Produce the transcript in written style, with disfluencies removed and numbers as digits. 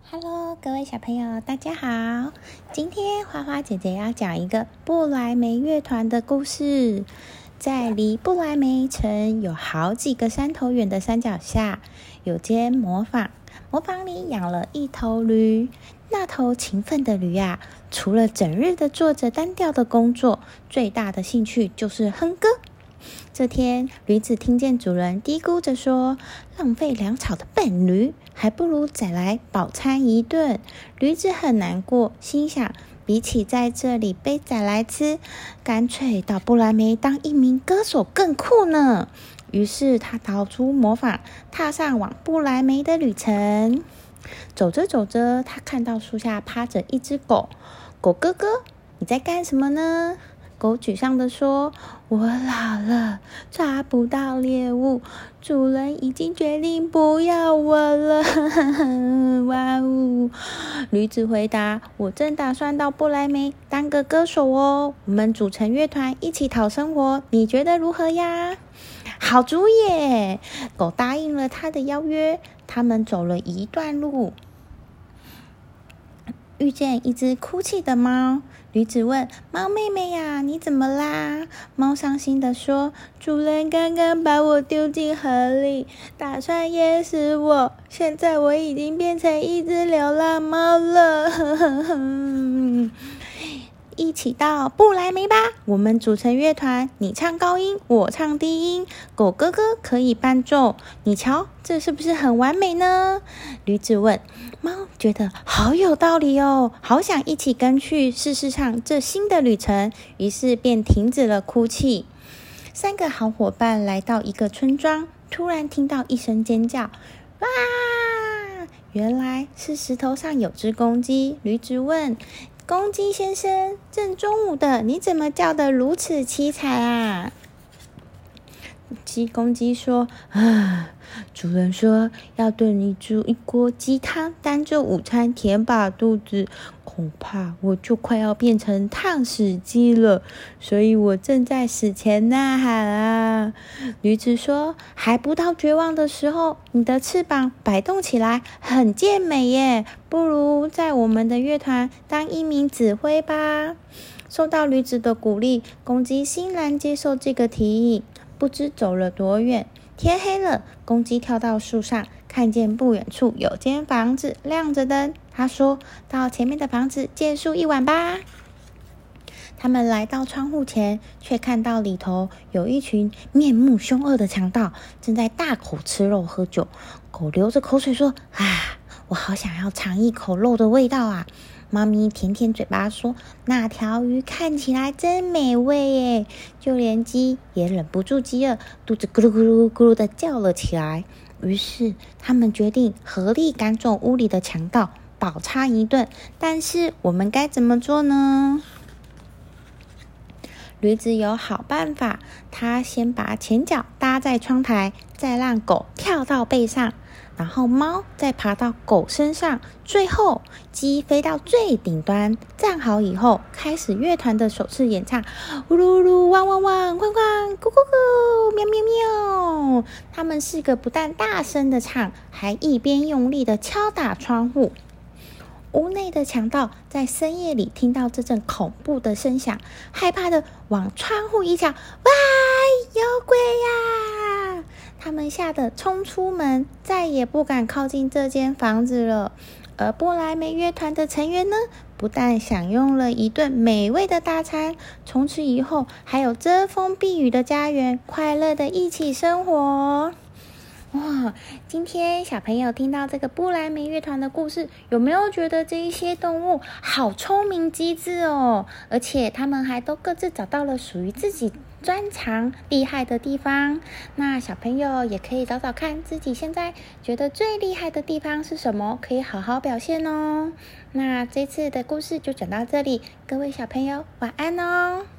Hello， 各位小朋友，大家好！今天花花姐姐要讲一个布莱梅乐团的故事。在离布莱梅城有好几个山头远的山脚下，有间磨坊，磨坊里养了一头驴。那头勤奋的驴啊，除了整日的做着单调的工作，最大的兴趣就是哼歌。这天，驴子听见主人嘀咕着说：“浪费粮草的笨驴，还不如再来饱餐一顿。”驴子很难过，心想：比起在这里被宰来吃，干脆到布莱梅当一名歌手更酷呢。于是他逃出磨坊，踏上往布莱梅的旅程。走着走着，他看到树下趴着一只狗。狗哥哥，你在干什么呢？狗沮丧地说：“我老了，抓不到猎物，主人已经决定不要我了。”哇呜！驴子回答：“我正打算到布莱梅当个歌手哦，我们组成乐团一起讨生活，你觉得如何呀？”好主意！狗答应了他的邀约。他们走了一段路，遇见一只哭泣的猫。驴子问：“猫妹妹呀，你怎么啦？”猫伤心地说：“主人刚刚把我丢进河里，打算淹死我。现在我已经变成一只流浪猫了。”一起到布莱梅吧！我们组成乐团，你唱高音，我唱低音，狗哥哥可以伴奏。你瞧，这是不是很完美呢？驴子问。猫觉得好有道理哦，好想一起跟去试试唱这新的旅程，于是便停止了哭泣。三个好伙伴来到一个村庄，突然听到一声尖叫，哇！原来是石头上有只公鸡。驴子问：“公鸡先生，正中午的，你怎么叫得如此凄惨啊？”公鸡说：“主人说要炖一锅鸡汤当做午餐，填饱肚子，恐怕我就快要变成烫死鸡了，所以我正在死前呐喊啊。”驴子说：“还不到绝望的时候，你的翅膀摆动起来很健美耶，不如在我们的乐团当一名指挥吧。”受到驴子的鼓励，公鸡欣然接受这个提议。不知走了多远，天黑了，公鸡跳到树上，看见不远处有间房子亮着灯。他说：“到前面的房子借宿一晚吧。”他们来到窗户前，却看到里头有一群面目凶恶的强盗，正在大口吃肉喝酒。狗流着口水说：“我好想要尝一口肉的味道啊！”猫咪舔舔嘴巴说：“那条鱼看起来真美味耶！”就连鸡也忍不住饥饿，肚子咕噜咕噜咕噜的叫了起来。于是他们决定合力赶走屋里的强盗，饱餐一顿。但是我们该怎么做呢？驴子有好办法，他先把前脚搭在窗台，再让狗跳到背上，然后猫再爬到狗身上，最后鸡飞到最顶端。站好以后，开始乐团的首次演唱：呜噜噜，汪汪汪，哐哐，咕咕咕，喵喵喵。他们四个不但大声的唱，还一边用力的敲打窗户。屋内的强盗在深夜里听到这阵恐怖的声响，害怕的往窗户一瞧，哇，有鬼呀！他们吓得冲出门，再也不敢靠近这间房子了。而布莱梅乐团的成员呢，不但享用了一顿美味的大餐，从此以后还有遮风避雨的家园，快乐的一起生活。哇，今天小朋友听到这个布莱梅乐团的故事，有没有觉得这一些动物好聪明机智哦？而且他们还都各自找到了属于自己专长厉害的地方。那小朋友也可以找找看自己现在觉得最厉害的地方是什么，可以好好表现哦。那这次的故事就讲到这里，各位小朋友晚安哦。